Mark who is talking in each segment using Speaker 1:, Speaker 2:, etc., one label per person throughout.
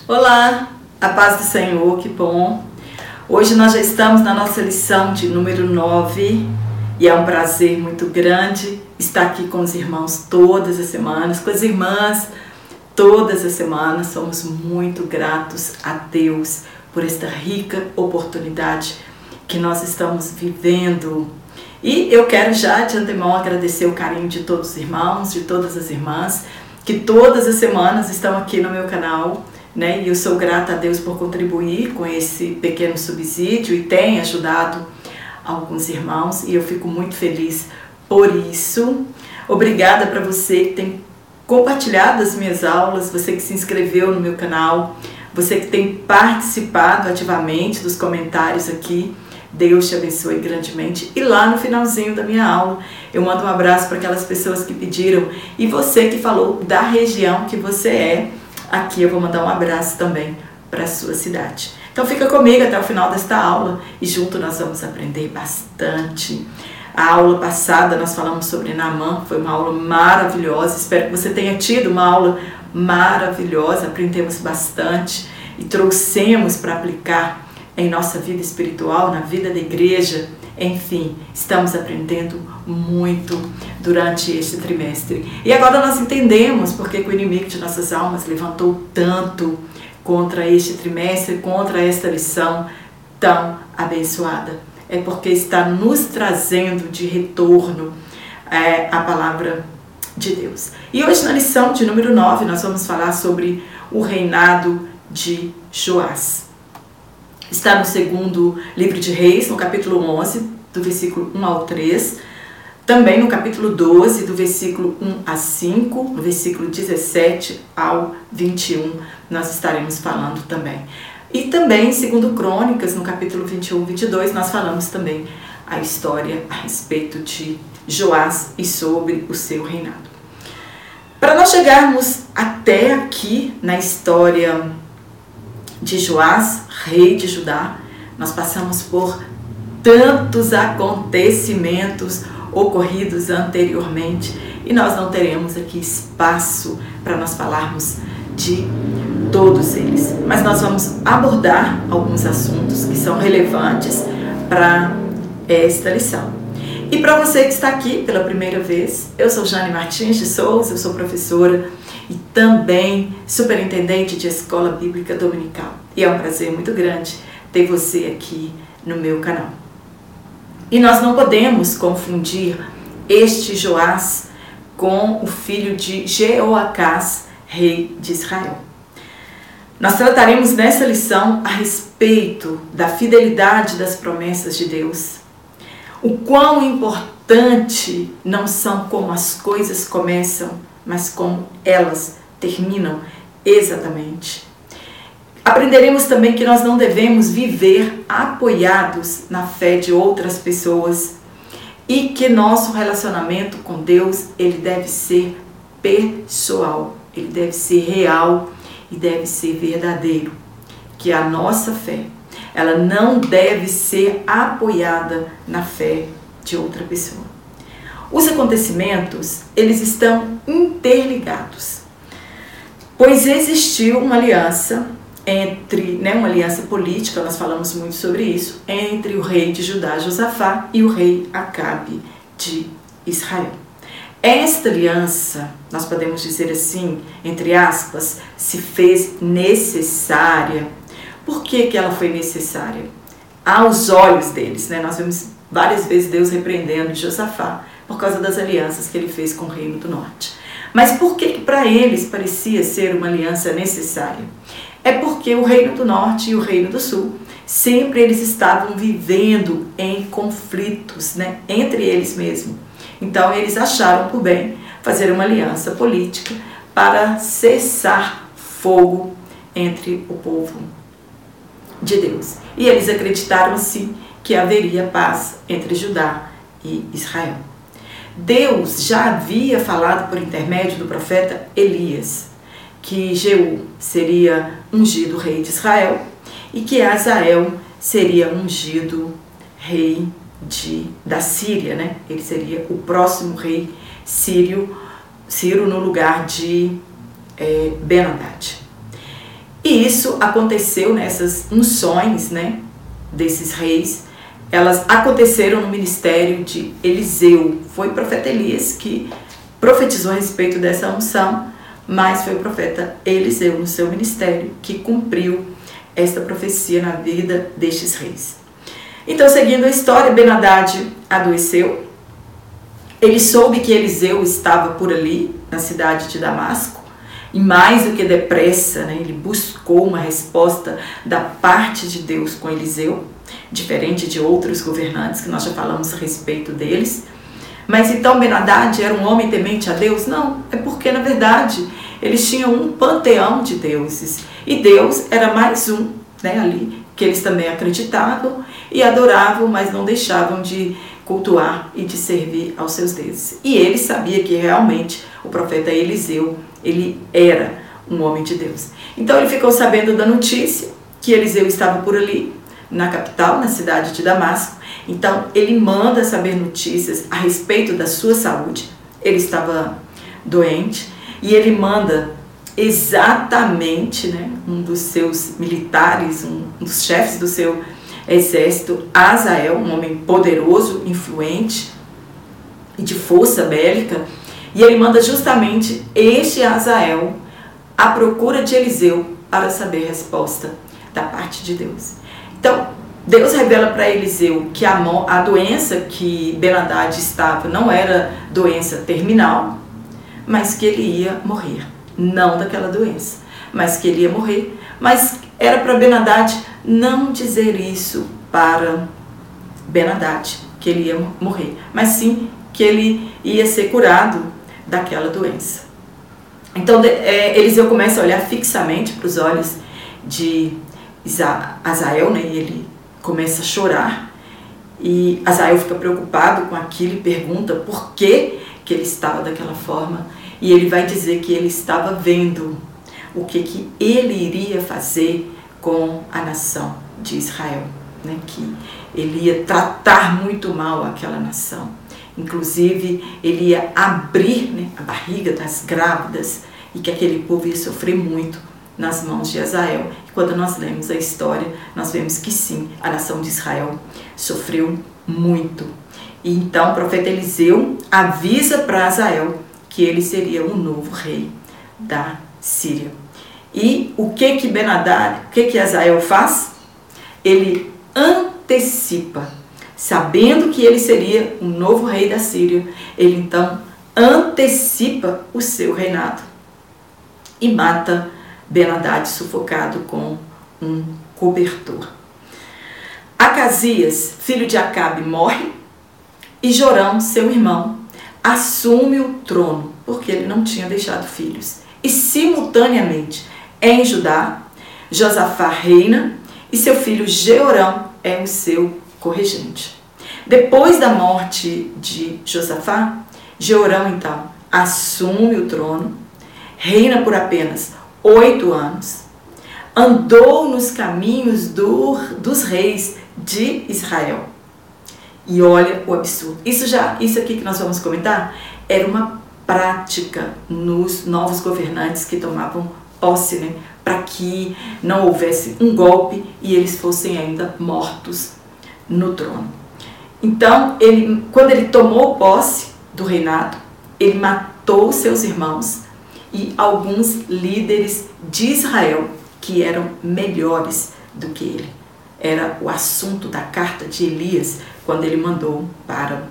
Speaker 1: Olá, a paz do Senhor, que bom! Hoje nós já estamos na nossa lição de número 9 e é um prazer muito grande estar aqui com os irmãos todas as semanas, com as irmãs todas as semanas. Somos muito gratos a Deus por esta rica oportunidade que nós estamos vivendo. E eu quero já de antemão agradecer o carinho de todos os irmãos, de todas as irmãs, que todas as semanas estão aqui no meu canal, né? E eu sou grata a Deus por contribuir com esse pequeno subsídio e tem ajudado alguns irmãos e eu fico muito feliz por isso. Obrigada para você que tem compartilhado as minhas aulas, você que se inscreveu no meu canal, você que tem participado ativamente dos comentários aqui. Deus te abençoe grandemente. E lá no finalzinho da minha aula, eu mando um abraço para aquelas pessoas que pediram e você que falou da região que você é. Aqui eu vou mandar um abraço também para a sua cidade. Então fica comigo até o final desta aula e junto nós vamos aprender bastante. A aula passada nós falamos sobre Naamã, foi uma aula maravilhosa. Espero que você tenha tido uma aula maravilhosa, aprendemos bastante e trouxemos para aplicar em nossa vida espiritual, na vida da igreja. Enfim, estamos aprendendo muito durante este trimestre. E agora nós entendemos porque que o inimigo de nossas almas levantou tanto contra este trimestre, contra esta lição tão abençoada. É porque está nos trazendo de retorno a palavra de Deus. E hoje na lição de número 9 nós vamos falar sobre o reinado de Joás. Está no segundo livro de Reis, no capítulo 11, do versículo 1 ao 3. Também no capítulo 12, do versículo 1 a 5. No versículo 17 ao 21, nós estaremos falando também. E também, segundo Crônicas, no capítulo 21 e 22, nós falamos também a história a respeito de Joás e sobre o seu reinado. Para nós chegarmos até aqui na história de Joás, rei de Judá, nós passamos por tantos acontecimentos ocorridos anteriormente e nós não teremos aqui espaço para nós falarmos de todos eles, mas nós vamos abordar alguns assuntos que são relevantes para esta lição. E para você que está aqui pela primeira vez, eu sou Jane Martins de Souza, eu sou professora e também superintendente de Escola Bíblica Dominical. E é um prazer muito grande ter você aqui no meu canal. E nós não podemos confundir este Joás com o filho de Jeoacás, rei de Israel. Nós trataremos nessa lição a respeito da fidelidade das promessas de Deus. O quão importante não são como as coisas começam, mas como elas terminam exatamente. Aprenderemos também que nós não devemos viver apoiados na fé de outras pessoas e que nosso relacionamento com Deus, ele deve ser pessoal, ele deve ser real e deve ser verdadeiro. Que a nossa fé, ela não deve ser apoiada na fé de outra pessoa. Os acontecimentos, eles estão interligados, pois existiu uma aliança uma aliança política, nós falamos muito sobre isso, entre o rei de Judá, Josafá, e o rei Acabe de Israel. Esta aliança, nós podemos dizer assim, entre aspas, se fez necessária. Por que ela foi necessária? Aos olhos deles, né? Nós vemos várias vezes Deus repreendendo Josafá por causa das alianças que ele fez com o reino do norte. Mas por que para eles parecia ser uma aliança necessária? É porque o reino do norte e o reino do sul, sempre eles estavam vivendo em conflitos, né, entre eles mesmos. Então eles acharam por bem fazer uma aliança política para cessar fogo entre o povo de Deus. E eles acreditaram assim que haveria paz entre Judá e Israel. Deus já havia falado por intermédio do profeta Elias que Jeú seria ungido rei de Israel e que Azael seria ungido rei da Síria, né? Ele seria o próximo rei Ciro no lugar de Ben-Hadad. E E isso aconteceu nessas unções, né, desses reis. Elas aconteceram no ministério de Eliseu. Foi o profeta Elias que profetizou a respeito dessa unção, mas foi o profeta Eliseu no seu ministério que cumpriu esta profecia na vida destes reis. Então, seguindo a história, Ben-Hadad adoeceu. Ele soube que Eliseu estava por ali, na cidade de Damasco, e mais do que depressa, né, ele buscou uma resposta da parte de Deus com Eliseu, diferente de outros governantes que nós já falamos a respeito deles. Mas então Ben-Hadad era um homem temente a Deus? Não, é porque na verdade eles tinham um panteão de deuses e Deus era mais um, né, ali, que eles também acreditavam e adoravam, mas não deixavam de cultuar e de servir aos seus deuses. E ele sabia que realmente o profeta Eliseu, ele era um homem de Deus. Então ele ficou sabendo da notícia que Eliseu estava por ali, na capital, na cidade de Damasco. Então ele manda saber notícias a respeito da sua saúde. Ele estava doente e ele manda exatamente, né, um dos seus militares, um dos chefes do seu exército, Azael, um homem poderoso, influente e de força bélica, e ele manda justamente este Azael à procura de Eliseu para saber a resposta da parte de Deus. Então, Deus revela para Eliseu que a doença que Ben-Hadad estava não era doença terminal, mas que ele ia morrer. Não daquela doença, mas que ele ia morrer. Mas era para Ben-Hadad não dizer isso para Ben-Hadad, que ele ia morrer, mas sim que ele ia ser curado daquela doença. Então Eliseu começa a olhar fixamente para os olhos de Azael, né, e ele começa a chorar. E Azael fica preocupado com aquilo e pergunta por que ele estava daquela forma. E ele vai dizer que ele estava vendo o que ele iria fazer com a nação de Israel, né? Que ele ia tratar muito mal aquela nação. Inclusive, ele ia abrir, né, a barriga das grávidas e que aquele povo ia sofrer muito nas mãos de Azael. E quando nós lemos a história, nós vemos que sim, a nação de Israel sofreu muito. E então o profeta Eliseu avisa para Azael que ele seria o novo rei da Síria. E o que Ben-Hadad, o que Azael faz? Ele antecipa, sabendo que ele seria o novo rei da Síria, ele então antecipa o seu reinado e mata Ben-Hadad sufocado com um cobertor. Acasias, filho de Acabe, morre e Jorão, seu irmão, assume o trono, porque ele não tinha deixado filhos. E simultaneamente, em Judá, Josafá reina e seu filho Jeorão é o seu corregente. Depois da morte de Josafá, Jeorão então assume o trono, reina por apenas 8 anos, andou nos caminhos dos reis de Israel. E olha o absurdo. Isso aqui que nós vamos comentar era uma prática nos novos governantes que tomavam posse, né, para que não houvesse um golpe e eles fossem ainda mortos no trono. Então, quando ele tomou posse do reinado, ele matou seus irmãos e alguns líderes de Israel que eram melhores do que ele. Era o assunto da carta de Elias, quando ele mandou para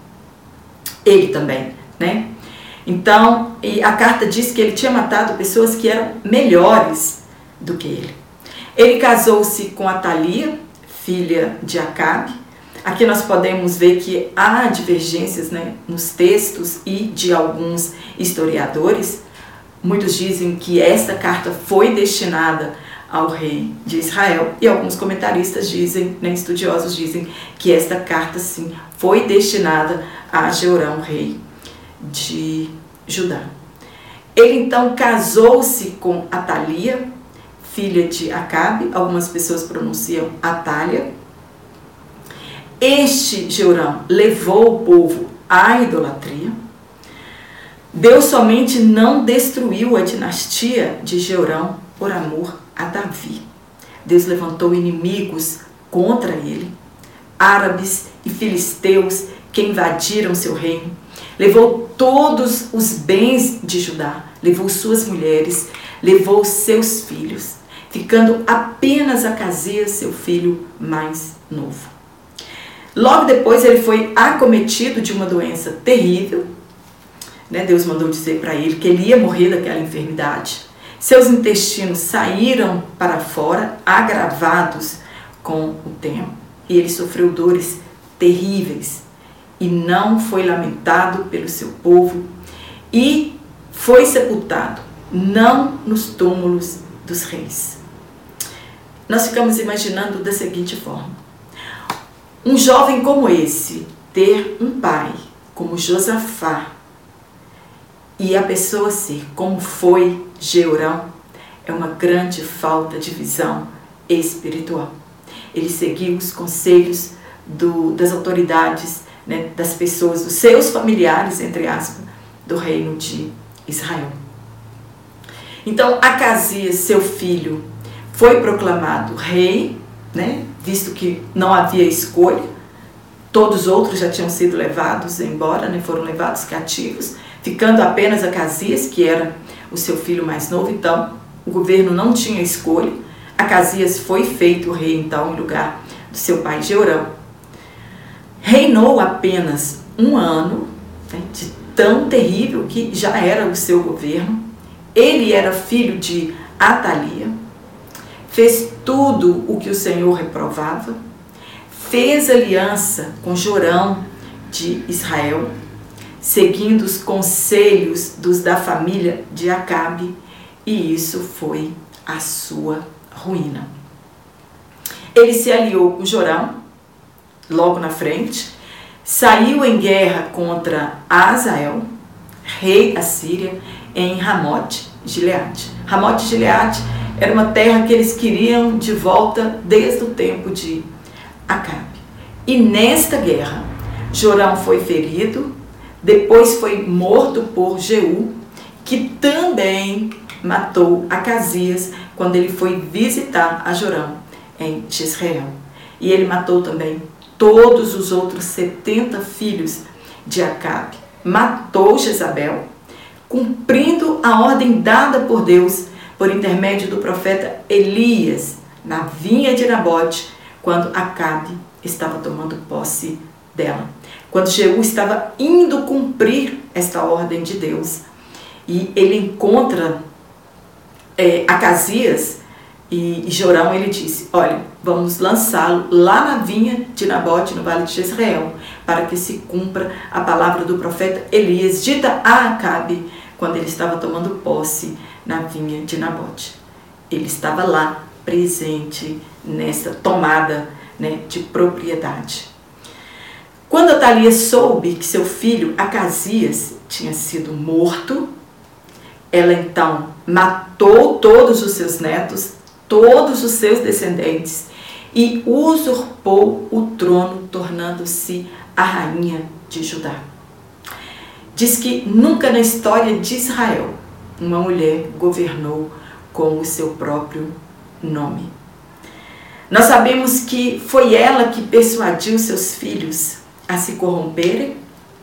Speaker 1: ele também, né? Então, e a carta diz que ele tinha matado pessoas que eram melhores do que ele. Ele casou-se com Atalia, filha de Acabe. Aqui nós podemos ver que há divergências, né, nos textos e de alguns historiadores. Muitos dizem que esta carta foi destinada ao rei de Israel e alguns comentaristas dizem, né, estudiosos dizem que esta carta sim foi destinada a Jeorão, rei de Judá. Ele então casou-se com Atalia, filha de Acabe, algumas pessoas pronunciam Atália. Este Jeorão levou o povo à idolatria. Deus somente não destruiu a dinastia de Jeorão, por amor a Davi. Deus levantou inimigos contra ele, árabes e filisteus que invadiram seu reino. Levou todos os bens de Judá, levou suas mulheres, levou seus filhos, ficando apenas Acasias, seu filho mais novo. Logo depois ele foi acometido de uma doença terrível. Deus mandou dizer para ele que ele ia morrer daquela enfermidade. Seus intestinos saíram para fora, agravados com o tempo. E ele sofreu dores terríveis. E não foi lamentado pelo seu povo. E foi sepultado, não nos túmulos dos reis. Nós ficamos imaginando da seguinte forma: um jovem como esse ter um pai como Josafá e a pessoa ser como foi Jeorão é uma grande falta de visão espiritual. Ele seguiu os conselhos das autoridades, das pessoas, dos seus familiares, entre aspas, do reino de Israel. Então, Acasias, seu filho, foi proclamado rei, visto que não havia escolha. Todos os outros já tinham sido levados embora, foram levados cativos, ficando apenas Acasias, que era o seu filho mais novo. Então, o governo não tinha escolha. Acasias foi feito rei, então, em lugar do seu pai Jeorão. Reinou apenas um ano, de tão terrível que já era o seu governo. Ele era filho de Atalia, fez tudo o que o Senhor reprovava, fez aliança com Jorão de Israel, seguindo os conselhos dos da família de Acabe, e isso foi a sua ruína. Ele se aliou com Jorão, logo na frente, saiu em guerra contra Azael, rei da Síria, em Ramote-Gileade. Ramote-Gileade era uma terra que eles queriam de volta desde o tempo de Acabe. E nesta guerra, Jorão foi ferido, depois foi morto por Jeú, que também matou Acasias quando ele foi visitar a Jorão em Jezreel. E ele matou também todos os outros 70 filhos de Acabe. Matou Jezabel, cumprindo a ordem dada por Deus por intermédio do profeta Elias na vinha de Nabote, quando Acabe estava tomando posse dela. Quando Jeú estava indo cumprir esta ordem de Deus, e ele encontra Acasias e Jorão, ele disse: olha, vamos lançá-lo lá na vinha de Nabote, no vale de Jezreel, para que se cumpra a palavra do profeta Elias, dita a Acabe, quando ele estava tomando posse na vinha de Nabote. Ele estava lá, presente nessa tomada de propriedade. Quando Atalia soube que seu filho Acasias tinha sido morto, ela então matou todos os seus netos, todos os seus descendentes, e usurpou o trono, tornando-se a rainha de Judá. Diz que nunca na história de Israel uma mulher governou com o seu próprio nome. Nós sabemos que foi ela que persuadiu seus filhos a se corromperem,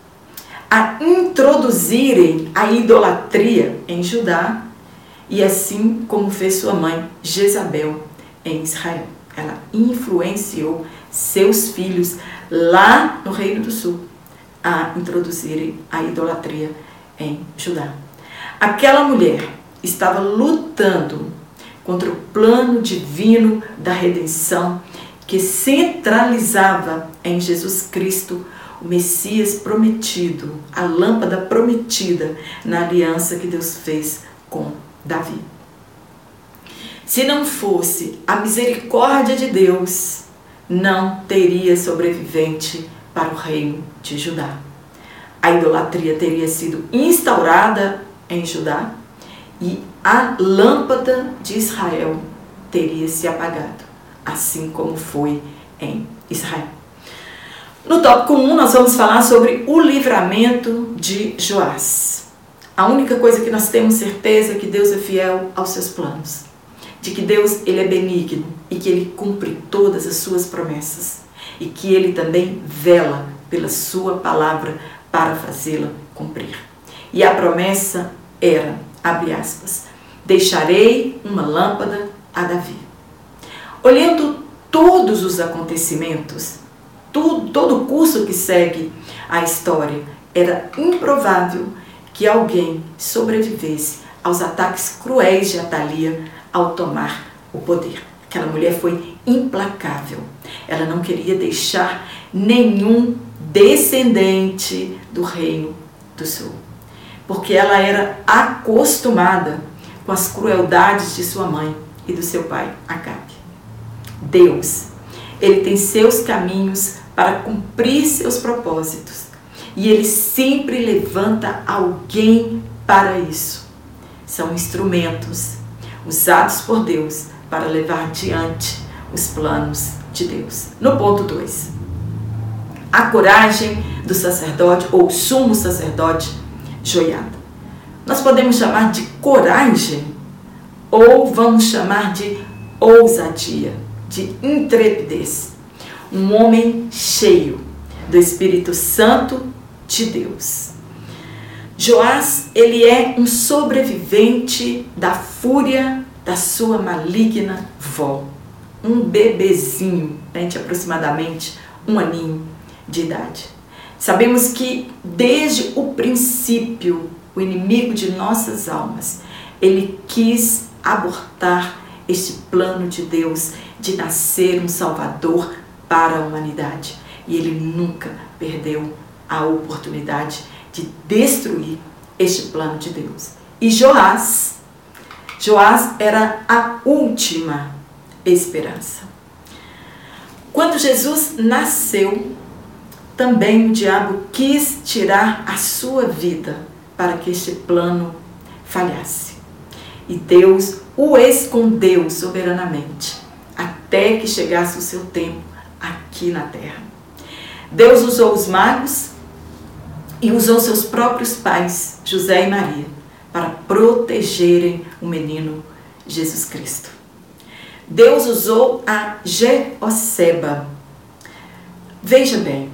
Speaker 1: a introduzirem a idolatria em Judá, e assim como fez sua mãe Jezabel em Israel. Ela influenciou seus filhos lá no Reino do Sul a introduzirem a idolatria em Judá. Aquela mulher estava lutando contra o plano divino da redenção, que centralizava em Jesus Cristo, o Messias prometido, a lâmpada prometida na aliança que Deus fez com Davi. Se não fosse a misericórdia de Deus, não teria sobrevivente para o reino de Judá. A idolatria teria sido instaurada em Judá e a lâmpada de Israel teria se apagado, assim como foi em Israel. No tópico 1, nós vamos falar sobre o livramento de Joás. A única coisa que nós temos certeza é que Deus é fiel aos seus planos. de que Deus ele é benigno e que Ele cumpre todas as suas promessas e que Ele também vela pela sua palavra para fazê-la cumprir. E a promessa era, abre aspas, deixarei uma lâmpada a Davi. Olhando todos os acontecimentos, todo o curso que segue a história, era improvável que alguém sobrevivesse aos ataques cruéis de Atalia ao tomar o poder. Aquela mulher foi implacável. Ela não queria deixar nenhum descendente do reino do sul, porque ela era acostumada com as crueldades de sua mãe e do seu pai, Acabe. Deus, Ele tem seus caminhos para cumprir seus propósitos e Ele sempre levanta alguém para isso. São instrumentos usados por Deus para levar adiante os planos de Deus. No ponto 2, a coragem do sacerdote ou sumo sacerdote Joiada. Nós podemos chamar de coragem ou vamos chamar de ousadia, de intrepidez. Um homem cheio do Espírito Santo de Deus. Joás, ele é um sobrevivente da fúria da sua maligna vó. Um bebezinho, de aproximadamente 1 aninho de idade. Sabemos que desde o princípio, o inimigo de nossas almas, ele quis abortar este plano de Deus de nascer um Salvador para a humanidade. E ele nunca perdeu a oportunidade de destruir este plano de Deus. E Joás era a última esperança. Quando Jesus nasceu, também o diabo quis tirar a sua vida para que este plano falhasse. E Deus o escondeu soberanamente até que chegasse o seu tempo aqui na terra. Deus usou os magos e usou seus próprios pais, José e Maria, para protegerem o menino Jesus Cristo. Deus usou a Jeoseba. Veja bem,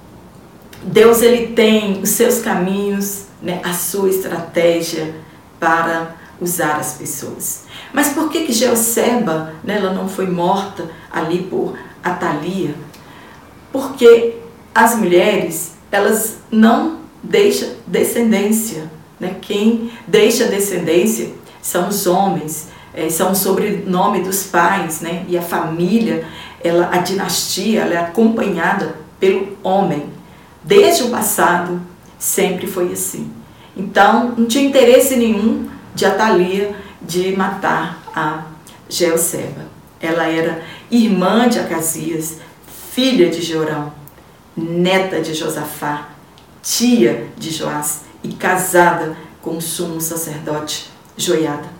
Speaker 1: Deus ele tem os seus caminhos, a sua estratégia para usar as pessoas. Mas por que Jeoseba, ela não foi morta ali por Atalia? Porque as mulheres, elas não deixam descendência. Quem deixa descendência são os homens, são o sobrenome dos pais, e a família, a dinastia, ela é acompanhada pelo homem. Desde o passado, sempre foi assim. Então, não tinha interesse nenhum de Atalia de matar a Jeoseba. Ela era irmã de Acasias, filha de Jorão, neta de Josafá, tia de Joás e casada com o sumo sacerdote Joiada.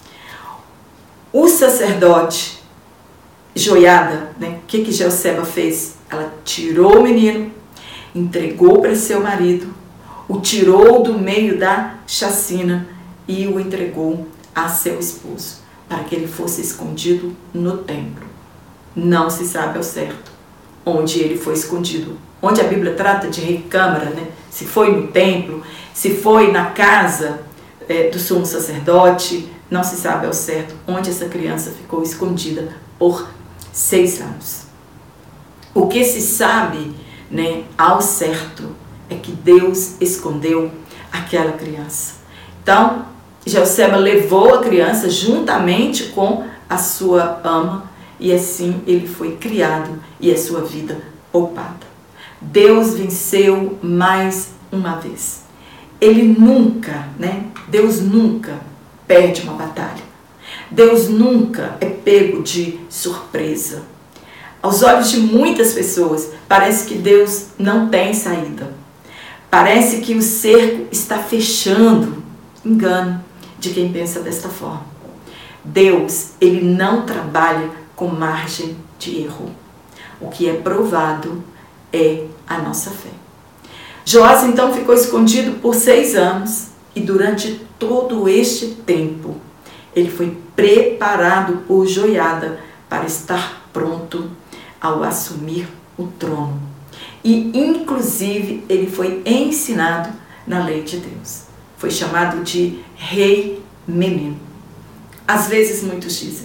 Speaker 1: O sacerdote Joiada, o que Jeoseba fez? Ela tirou o menino, entregou para seu marido, o tirou do meio da chacina e o entregou a seu esposo, para que ele fosse escondido no templo. Não se sabe ao certo onde ele foi escondido. Onde a Bíblia trata de recâmara, se foi no templo, se foi na casa do sumo sacerdote, não se sabe ao certo onde essa criança ficou escondida por 6 anos. O que se sabe, ao certo, é que Deus escondeu aquela criança. Então, Jeoseba levou a criança juntamente com a sua ama e assim ele foi criado e a sua vida poupada. Deus venceu mais uma vez. Deus nunca perde uma batalha. Deus nunca é pego de surpresa. Aos olhos de muitas pessoas, parece que Deus não tem saída. Parece que o cerco está fechando. Engano de quem pensa desta forma. Deus, ele não trabalha com margem de erro. O que é provado é a nossa fé. Joás então ficou escondido por 6 anos e durante todo este tempo Ele foi preparado por Joiada para estar pronto ao assumir o trono. E, inclusive, ele foi ensinado na lei de Deus. Foi chamado de rei menino. Às vezes, muitos dizem: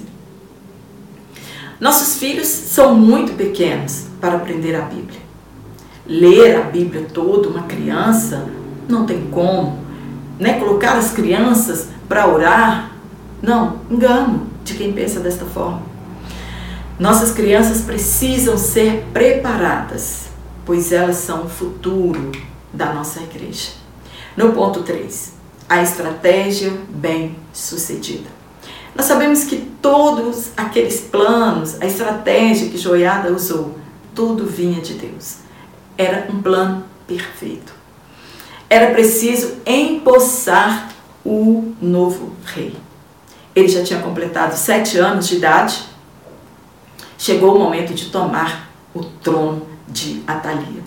Speaker 1: nossos filhos são muito pequenos para aprender a Bíblia. Ler a Bíblia toda, uma criança, não tem como. Colocar as crianças para orar, não, engano de quem pensa desta forma. Nossas crianças precisam ser preparadas, pois elas são o futuro da nossa igreja. No ponto 3, a estratégia bem-sucedida. Nós sabemos que todos aqueles planos, a estratégia que Joiada usou, tudo vinha de Deus. Era um plano perfeito. Era preciso empossar o novo rei. Ele já tinha completado 7 anos de idade. Chegou o momento de tomar o trono de Atalia.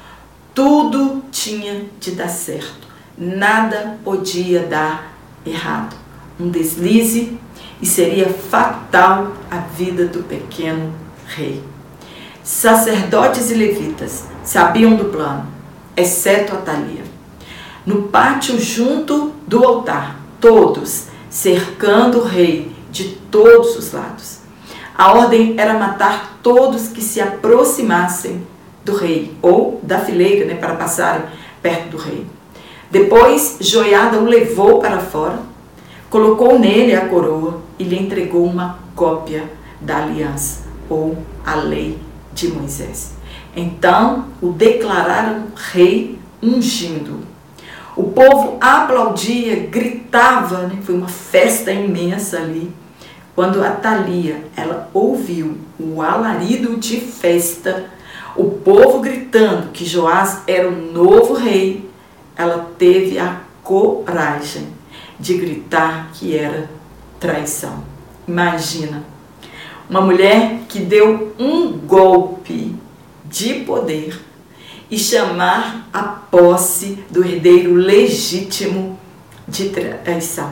Speaker 1: Tudo tinha de dar certo. Nada podia dar errado. Um deslize e seria fatal à vida do pequeno rei. Sacerdotes e levitas sabiam do plano, exceto Atalia. No pátio junto do altar, todos cercando o rei de todos os lados. A ordem era matar todos que se aproximassem do rei, ou da fileira, para passarem perto do rei. Depois, Joiada o levou para fora, colocou nele a coroa e lhe entregou uma cópia da aliança, ou a lei de Moisés. Então, o declararam rei ungindo. O povo aplaudia, gritava, foi uma festa imensa ali. Quando Atalia, ela ouviu o alarido de festa, o povo gritando que Joás era o novo rei, ela teve a coragem de gritar que era traição. Imagina, uma mulher que deu um golpe de poder e chamar a posse do herdeiro legítimo de traição.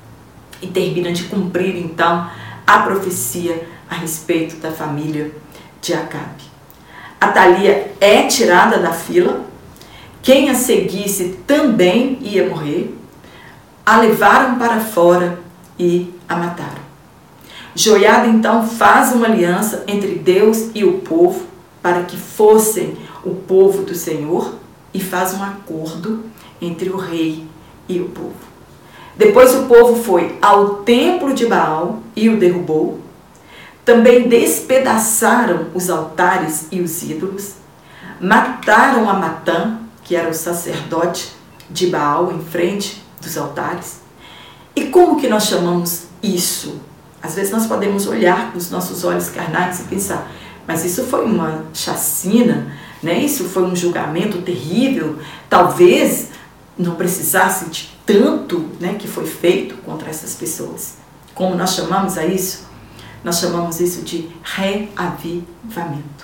Speaker 1: E termina de cumprir, então, a profecia a respeito da família de Acabe. Atalia é tirada da fila, quem a seguisse também ia morrer, a levaram para fora e a mataram. Joiada, então, faz uma aliança entre Deus e o povo para que fossem o povo do Senhor e faz um acordo entre o rei e o povo. Depois o povo foi ao templo de Baal e o derrubou. Também despedaçaram os altares e os ídolos. Mataram a Matã, que era o sacerdote de Baal, em frente dos altares. E como que nós chamamos isso? Às vezes nós podemos olhar com os nossos olhos carnais e pensar, mas isso foi uma chacina, isso foi um julgamento terrível, talvez não precisasse de tanto que foi feito contra essas pessoas. Como nós chamamos a isso? Nós chamamos isso de reavivamento,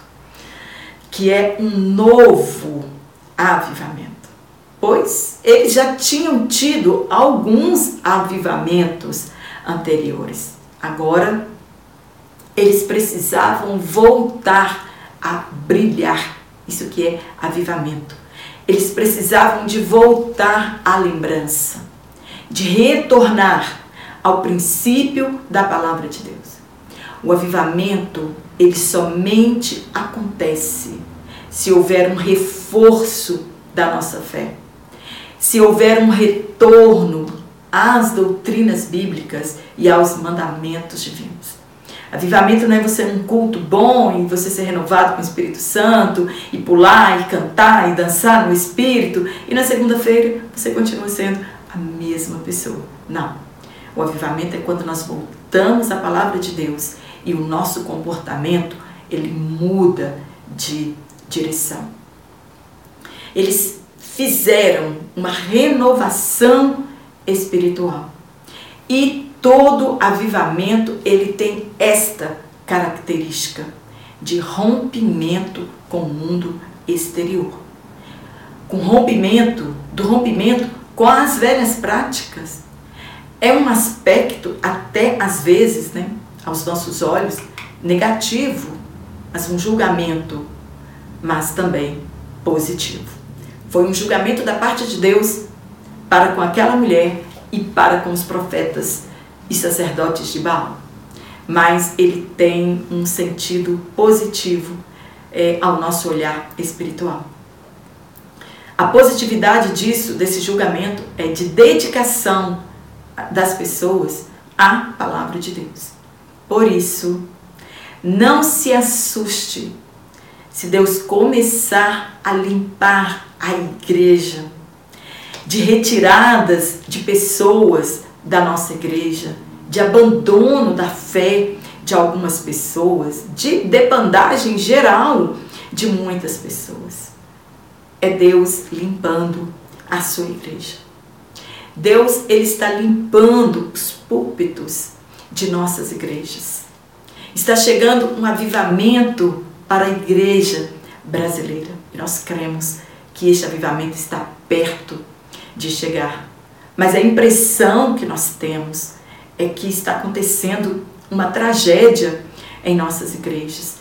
Speaker 1: que é um novo avivamento. Pois eles já tinham tido alguns avivamentos anteriores. Agora, eles precisavam voltar a brilhar. Isso que é avivamento. Eles precisavam de voltar à lembrança, de retornar ao princípio da palavra de Deus. O avivamento, ele somente acontece se houver um reforço da nossa fé, se houver um retorno às doutrinas bíblicas e aos mandamentos divinos. Avivamento não é você num culto bom e você ser renovado com o Espírito Santo e pular e cantar e dançar no Espírito e na segunda-feira você continua sendo a mesma pessoa. Não. O avivamento é quando nós voltamos à palavra de Deus e o nosso comportamento, ele muda de direção. Eles fizeram uma renovação espiritual. E todo avivamento, ele tem esta característica de rompimento com o mundo exterior. Do rompimento com as velhas práticas. é um aspecto até às vezes, né, aos nossos olhos, negativo, mas um julgamento, mas também positivo. Foi um julgamento da parte de Deus para com aquela mulher e para com os profetas e sacerdotes de Baal. Mas ele tem um sentido positivo ao nosso olhar espiritual. A positividade disso, desse julgamento, é de dedicação das pessoas à palavra de Deus. Por isso, não se assuste se Deus começar a limpar a igreja, de retiradas de pessoas da nossa igreja, de abandono da fé de algumas pessoas, de debandagem geral de muitas pessoas. É Deus limpando a sua igreja. Deus, ele está limpando os púlpitos de nossas igrejas. Está chegando um avivamento para a igreja brasileira. E nós cremos que este avivamento está perto de chegar. Mas a impressão que nós temos é que está acontecendo uma tragédia em nossas igrejas.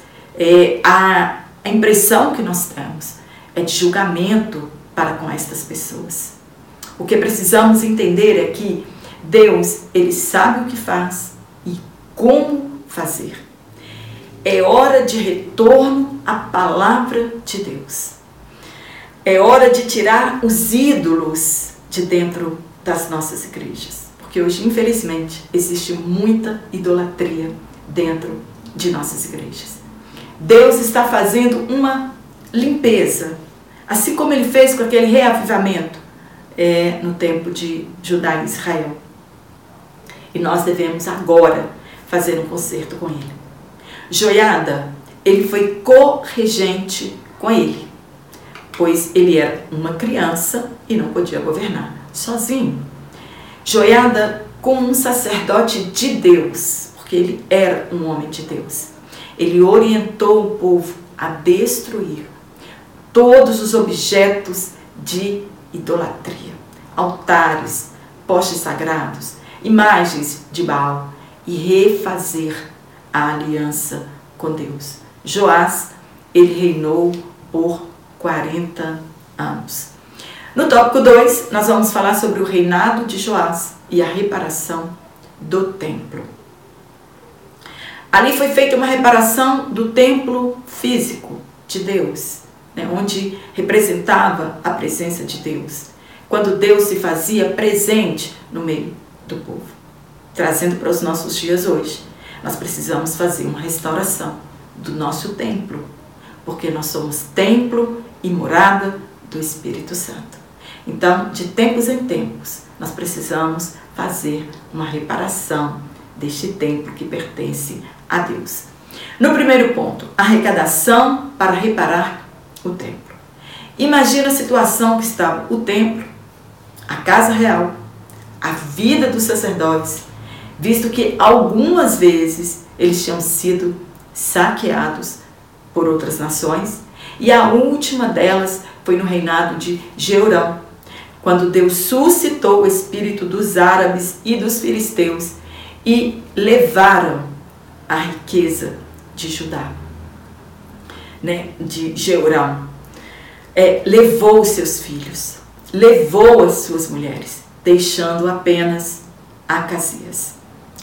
Speaker 1: A impressão que nós temos é de julgamento para com estas pessoas. O que precisamos entender é que Deus, ele sabe o que faz e como fazer. É hora de retorno à palavra de Deus. É hora de tirar os ídolos de dentro das nossas igrejas. Porque hoje, infelizmente, existe muita idolatria dentro de nossas igrejas. Deus está fazendo uma limpeza, assim como ele fez com aquele reavivamento no tempo de Judá e Israel. E nós devemos agora fazer um concerto com ele. Joiada, ele foi co-regente com ele, pois ele era uma criança e não podia governar sozinho. Joiada, como um sacerdote de Deus, porque ele era um homem de Deus, ele orientou o povo a destruir todos os objetos de idolatria, altares, postes sagrados, imagens de Baal e refazer a aliança com Deus. Joás, ele reinou por 40 anos. No tópico 2, nós vamos falar sobre o reinado de Joás e a reparação do templo. Ali foi feita uma reparação do templo físico de Deus, né, onde representava a presença de Deus, quando Deus se fazia presente no meio do povo. Trazendo para os nossos dias hoje, nós precisamos fazer uma restauração do nosso templo, porque nós somos templo e morada do Espírito Santo. Então, de tempos em tempos, nós precisamos fazer uma reparação deste templo que pertence a Deus. No primeiro ponto, arrecadação para reparar o templo. Imagina a situação que estava o templo, a casa real, a vida dos sacerdotes, visto que algumas vezes eles tinham sido saqueados por outras nações, e a última delas foi no reinado de Jeorão, quando Deus suscitou o espírito dos árabes e dos filisteus e levaram a riqueza de Judá, né, de Jeorão. Levou os seus filhos, levou as suas mulheres, deixando apenas Acasias.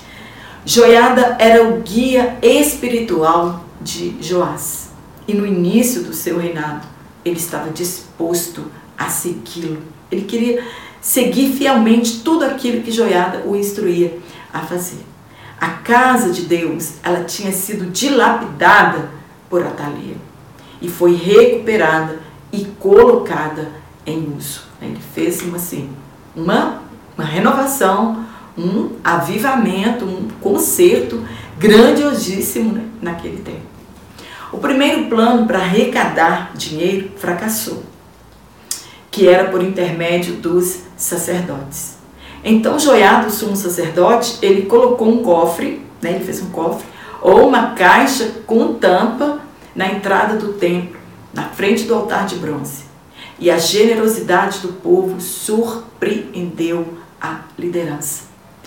Speaker 1: Joiada era o guia espiritual de Joás, e no início do seu reinado ele estava disposto a segui-lo. Ele queria seguir fielmente tudo aquilo que Joiada o instruía a fazer. A casa de Deus, ela tinha sido dilapidada por Atalia e foi recuperada e colocada em uso. Ele fez uma renovação, um avivamento, um concerto grandiosíssimo naquele tempo. O primeiro plano para arrecadar dinheiro fracassou, que era por intermédio dos sacerdotes. Então Joiada, o sumo sacerdote, ele colocou um cofre, né, ele fez um cofre, ou uma caixa com tampa na entrada do templo, na frente do altar de bronze. E a generosidade do povo surpreendeu a liderança.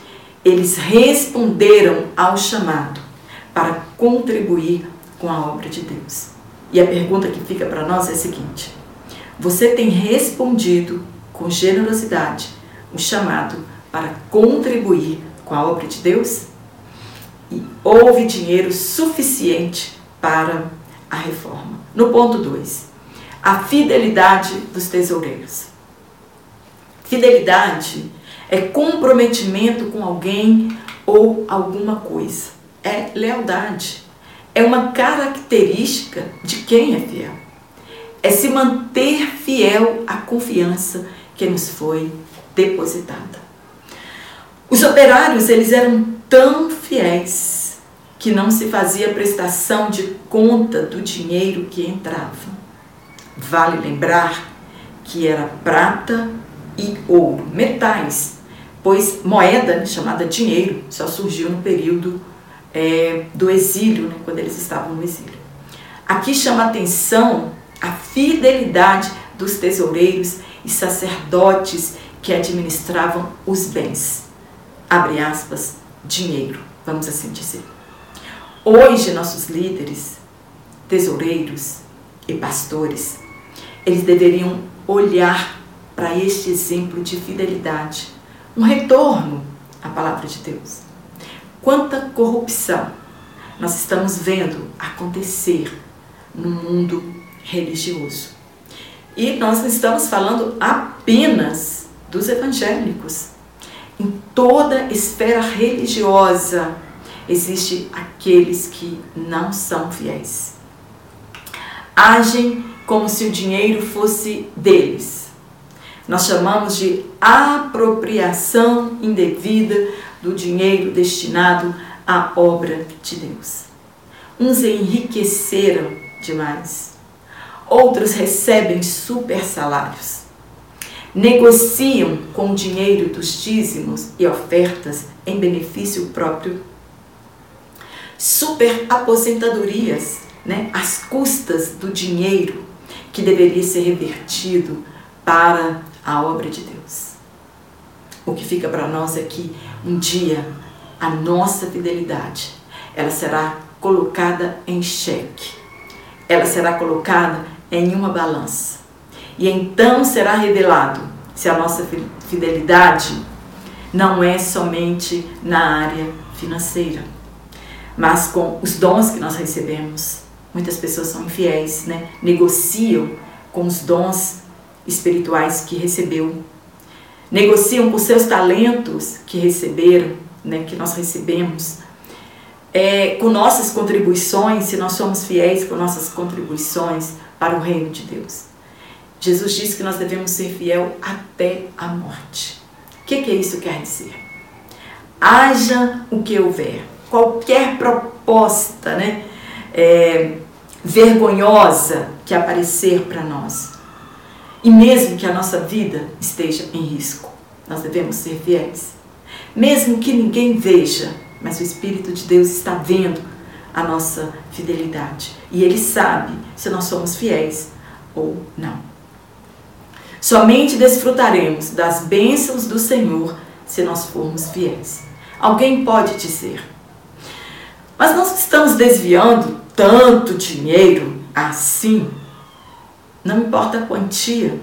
Speaker 1: eles responderam ao chamado para contribuir com a obra de Deus. E a pergunta que fica para nós é a seguinte: você tem respondido com generosidade o chamado para contribuir com a obra de Deus? E houve dinheiro suficiente para a reforma. No ponto 2, a fidelidade dos tesoureiros. Fidelidade é comprometimento com alguém ou alguma coisa. É lealdade. É uma característica de quem é fiel. É se manter fiel à confiança que nos foi depositada. Os operários, eles eram tão fiéis que não se fazia prestação de conta do dinheiro que entrava. Vale lembrar que era prata e ouro, metais, pois moeda, chamada dinheiro, só surgiu no período do exílio, quando eles estavam no exílio. Aqui chama a atenção a fidelidade dos tesoureiros e sacerdotes que administravam os bens. Abre aspas, dinheiro, vamos assim dizer. Hoje, nossos líderes, tesoureiros e pastores, eles deveriam olhar para este exemplo de fidelidade, um retorno à palavra de Deus. Quanta corrupção nós estamos vendo acontecer no mundo religioso. E nós não estamos falando apenas dos evangélicos. Em toda esfera religiosa existem aqueles que não são fiéis. Agem como se o dinheiro fosse deles. Nós chamamos de apropriação indevida do dinheiro destinado à obra de Deus. Uns enriqueceram demais. Outros recebem super salários. Negociam com o dinheiro dos dízimos e ofertas em benefício próprio. Super aposentadorias, às custas do dinheiro que deveria ser revertido para a obra de Deus. O que fica para nós é que um dia a nossa fidelidade, ela será colocada em xeque. Ela será colocada em uma balança. E então será revelado se a nossa fidelidade não é somente na área financeira, mas com os dons que nós recebemos. Muitas pessoas são infiéis, negociam com os dons espirituais que recebeu, negociam com seus talentos que receberam, que nós recebemos, com nossas contribuições, se nós somos fiéis com nossas contribuições para o reino de Deus. Jesus disse que nós devemos ser fiel até a morte. O que isso quer dizer? Haja o que houver, qualquer proposta, vergonhosa que aparecer para nós, e mesmo que a nossa vida esteja em risco, nós devemos ser fiéis. Mesmo que ninguém veja, mas o Espírito de Deus está vendo a nossa fidelidade. E Ele sabe se nós somos fiéis ou não. Somente desfrutaremos das bênçãos do Senhor se nós formos fiéis. Alguém pode dizer: mas nós estamos desviando tanto dinheiro assim? Não importa a quantia,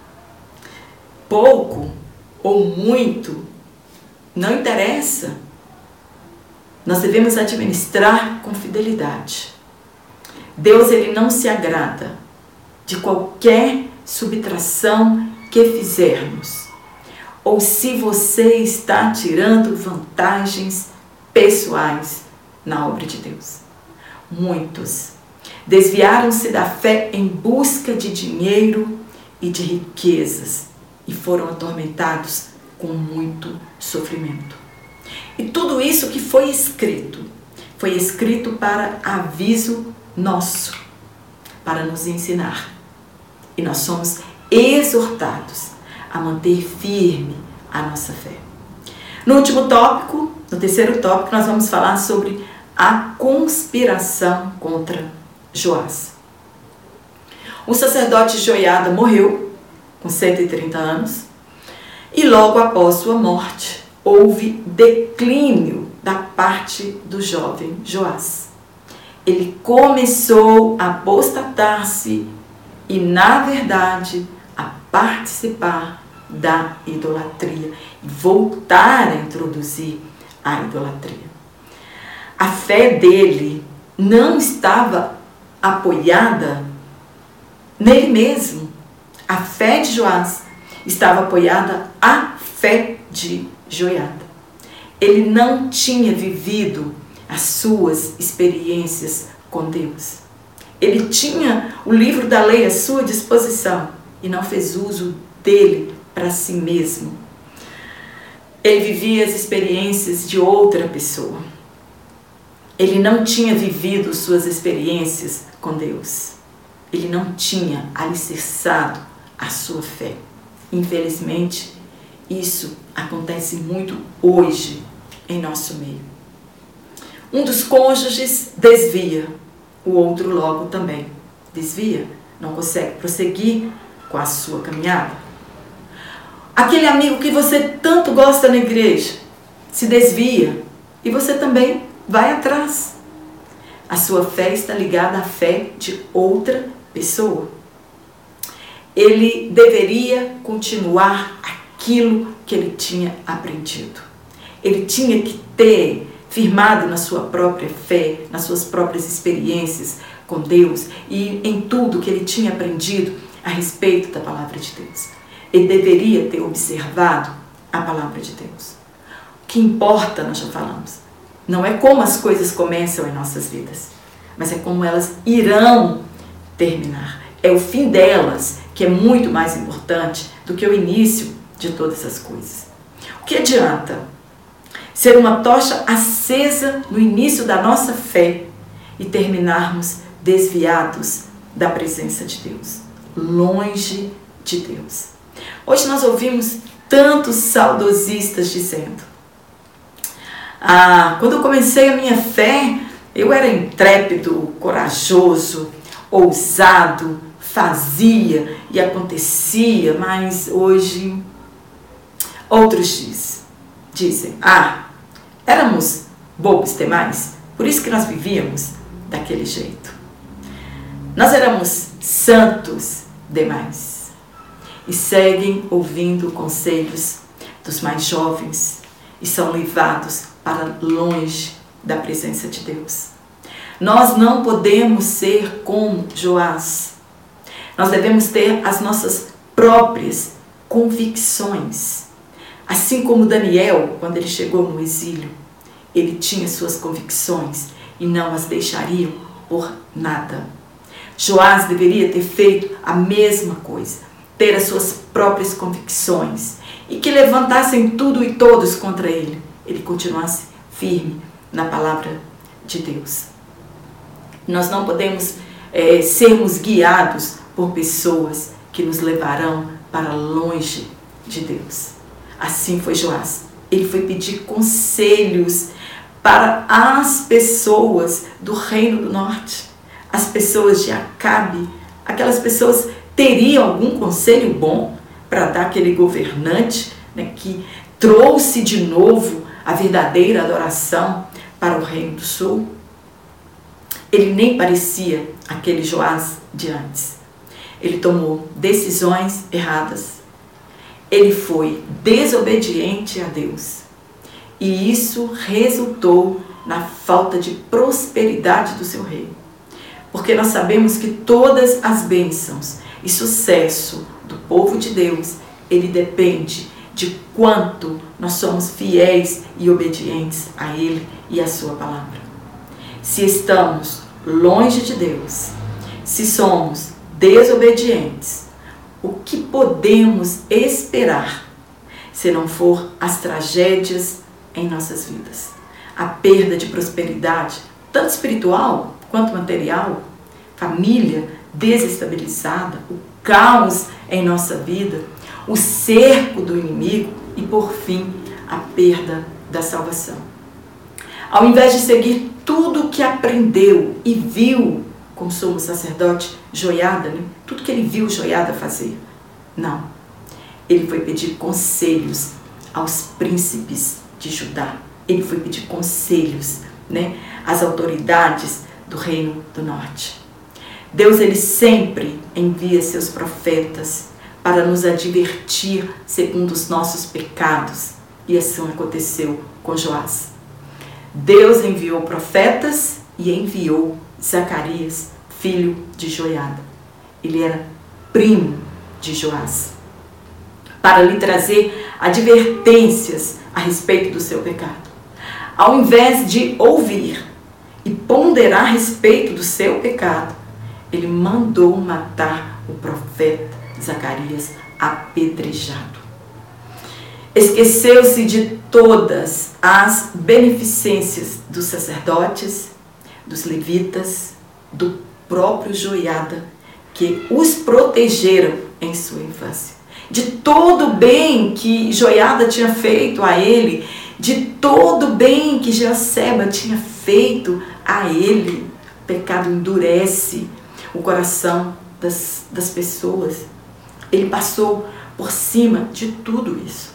Speaker 1: pouco ou muito, não interessa. Nós devemos administrar com fidelidade. Deus, Ele não se agrada de qualquer subtração que fizermos, ou se você está tirando vantagens pessoais na obra de Deus. Muitos desviaram-se da fé em busca de dinheiro e de riquezas e foram atormentados com muito sofrimento. E tudo isso que foi escrito para aviso nosso, para nos ensinar. E nós somos exortados a manter firme a nossa fé. No último tópico, no terceiro tópico, nós vamos falar sobre a conspiração contra Joás. O sacerdote Joiada morreu com 130 anos e logo após sua morte, houve declínio da parte do jovem Joás. Ele começou a apostatar-se e, na verdade, a participar da idolatria, voltar a introduzir a idolatria. A fé dele não estava apoiada nele mesmo. A fé de Joás estava apoiada à fé de Joiada. Ele não tinha vivido as suas experiências com Deus. Ele tinha o livro da lei à sua disposição e não fez uso dele para si mesmo. Ele vivia as experiências de outra pessoa. Ele não tinha vivido suas experiências com Deus. Ele não tinha alicerçado a sua fé. Infelizmente, isso acontece muito hoje em nosso meio. Um dos cônjuges desvia, o outro logo também desvia, não consegue prosseguir com a sua caminhada. Aquele amigo que você tanto gosta na igreja se desvia e você também vai atrás. A sua fé está ligada à fé de outra pessoa. Ele deveria continuar aquilo que ele tinha aprendido. Ele tinha que ter firmado na sua própria fé, nas suas próprias experiências com Deus e em tudo que ele tinha aprendido a respeito da palavra de Deus. Ele deveria ter observado a palavra de Deus. O que importa, nós já falamos, não é como as coisas começam em nossas vidas, mas é como elas irão terminar. É o fim delas que é muito mais importante do que o início de todas as coisas. O que adianta ser uma tocha acesa no início da nossa fé e terminarmos desviados da presença de Deus, longe de Deus? Hoje nós ouvimos tantos saudosistas dizendo: quando eu comecei a minha fé, eu era intrépido, corajoso, ousado, fazia e acontecia, mas hoje outros dizem, éramos bobos demais, por isso que nós vivíamos daquele jeito. Nós éramos santos demais. E seguem ouvindo conselhos dos mais jovens e são levados para longe da presença de Deus. Nós não podemos ser como Joás. Nós devemos ter as nossas próprias convicções. Assim como Daniel, quando ele chegou no exílio, ele tinha suas convicções e não as deixaria por nada. Joás deveria ter feito a mesma coisa, ter as suas próprias convicções e que levantassem tudo e todos contra ele, ele continuasse firme na palavra de Deus. Nós não podemos sermos guiados por pessoas que nos levarão para longe de Deus. Assim foi Joás. Ele foi pedir conselhos para as pessoas do Reino do Norte, as pessoas de Acabe. Aquelas pessoas teriam algum conselho bom para dar aquele governante, né, que trouxe de novo a verdadeira adoração para o Reino do Sul? Ele nem parecia aquele Joás de antes. Ele tomou decisões erradas. Ele foi desobediente a Deus. E isso resultou na falta de prosperidade do seu reino. Porque nós sabemos que todas as bênçãos e sucesso do povo de Deus, ele depende de quanto nós somos fiéis e obedientes a Ele e a sua palavra. Se estamos longe de Deus, se somos desobedientes, o que podemos esperar se não for as tragédias em nossas vidas? A perda de prosperidade, tanto espiritual quanto material, família desestabilizada, o caos em nossa vida, o cerco do inimigo e, por fim, a perda da salvação. Ao invés de seguir tudo o que aprendeu e viu com o sumo sacerdote Joiada, né? Tudo que ele viu Joiada fazer, não. Ele foi pedir conselhos aos príncipes de Judá. Ele foi pedir conselhos, às autoridades do reino do norte. Deus, ele sempre envia seus profetas para nos advertir segundo os nossos pecados. E assim aconteceu com Joás. Deus enviou profetas e enviou Zacarias, filho de Joiada. Ele era primo de Joás, para lhe trazer advertências a respeito do seu pecado. Ao invés de ouvir e ponderar a respeito do seu pecado, ele mandou matar o profeta Zacarias apedrejado. Esqueceu-se de todas as beneficências dos sacerdotes, dos levitas, do próprio Joiada, que os protegeram em sua infância. De todo o bem que Joiada tinha feito a ele, de todo o bem que Jeosseba tinha feito a ele. O pecado endurece o coração das pessoas. Ele passou por cima de tudo isso.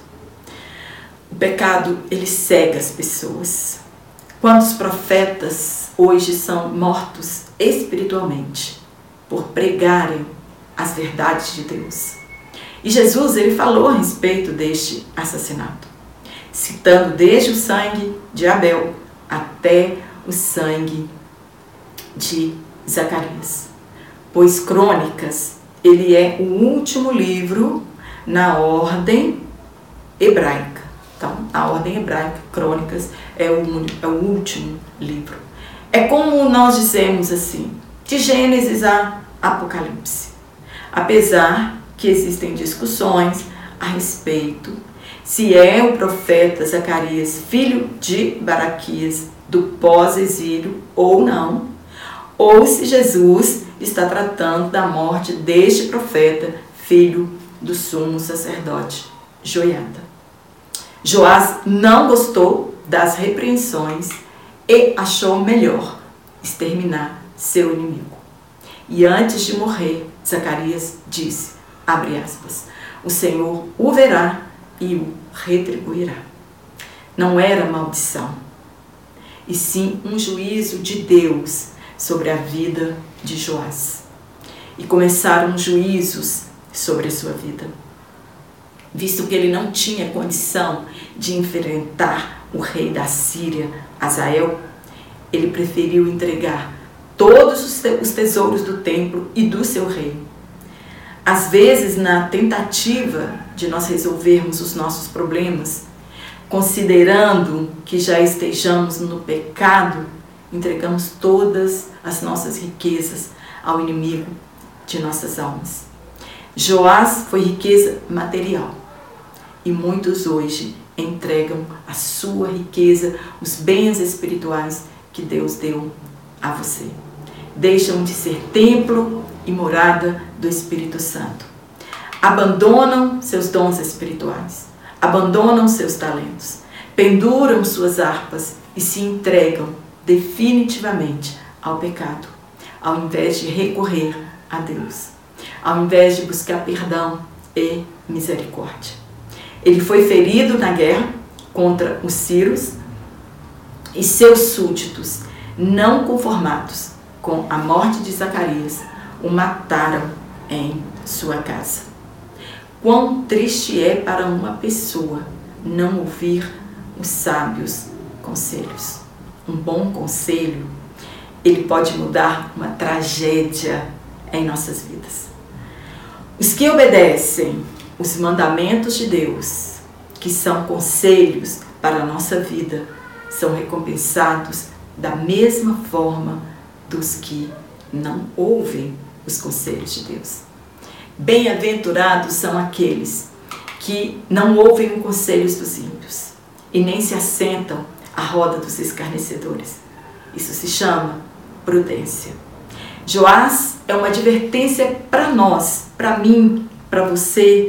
Speaker 1: O pecado, ele cega as pessoas. Quantos profetas hoje são mortos espiritualmente por pregarem as verdades de Deus? E Jesus, ele falou a respeito deste assassinato, citando desde o sangue de Abel até o sangue de Zacarias. Pois Crônicas, ele é o último livro na ordem hebraica. Então, a ordem hebraica, Crônicas, é o último livro. É como nós dizemos assim, de Gênesis a Apocalipse. Apesar que existem discussões a respeito se é o profeta Zacarias, filho de Baraquias, do pós-exílio ou não, ou se Jesus está tratando da morte deste profeta, filho do sumo sacerdote Joiada. Joás não gostou das repreensões e achou melhor exterminar seu inimigo. E antes de morrer, Zacarias disse, abre aspas, o Senhor o verá e o retribuirá. Não era maldição, e sim um juízo de Deus sobre a vida de Joás. E começaram juízos sobre a sua vida. Visto que ele não tinha condição de enfrentar o rei da Síria, Hazael, ele preferiu entregar todos os tesouros do templo e do seu reino. Às vezes, na tentativa de nós resolvermos os nossos problemas, considerando que já estejamos no pecado, entregamos todas as nossas riquezas ao inimigo de nossas almas. Joás foi riqueza material e muitos hoje entregam a sua riqueza, os bens espirituais que Deus deu a você. Deixam de ser templo e morada do Espírito Santo. Abandonam seus dons espirituais, abandonam seus talentos, penduram suas harpas e se entregam definitivamente ao pecado, ao invés de recorrer a Deus, ao invés de buscar perdão e misericórdia. Ele foi ferido na guerra contra os sírios e seus súditos, não conformados com a morte de Zacarias, o mataram em sua casa. Quão triste é para uma pessoa não ouvir os sábios conselhos. Um bom conselho, ele pode mudar uma tragédia em nossas vidas. Os que obedecem os mandamentos de Deus, que são conselhos para a nossa vida, são recompensados da mesma forma dos que não ouvem os conselhos de Deus. Bem-aventurados são aqueles que não ouvem os conselhos dos ímpios e nem se assentam à roda dos escarnecedores. Isso se chama prudência. Joás é uma advertência para nós, para mim, para você,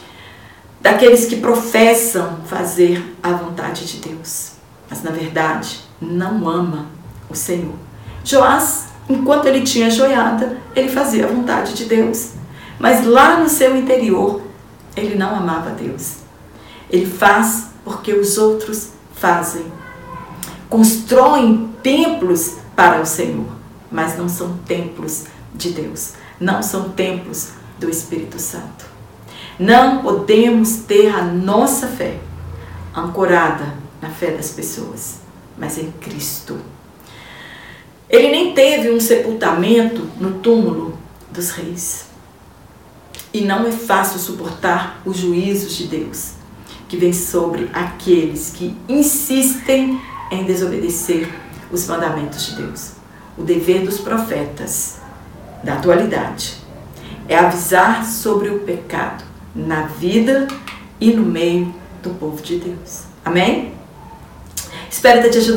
Speaker 1: daqueles que professam fazer a vontade de Deus, mas na verdade não ama o Senhor. Joás, enquanto ele tinha Joiada, ele fazia a vontade de Deus, mas lá no seu interior ele não amava Deus. Ele faz porque os outros fazem. Constroem templos para o Senhor, mas não são templos de Deus. Não são templos do Espírito Santo. Não podemos ter a nossa fé ancorada na fé das pessoas, mas em Cristo. Ele nem teve um sepultamento no túmulo dos reis. E não é fácil suportar os juízos de Deus que vem sobre aqueles que insistem em desobedecer os mandamentos de Deus. O dever dos profetas da atualidade é avisar sobre o pecado na vida e no meio do povo de Deus. Amém? Espero ter te ajudado.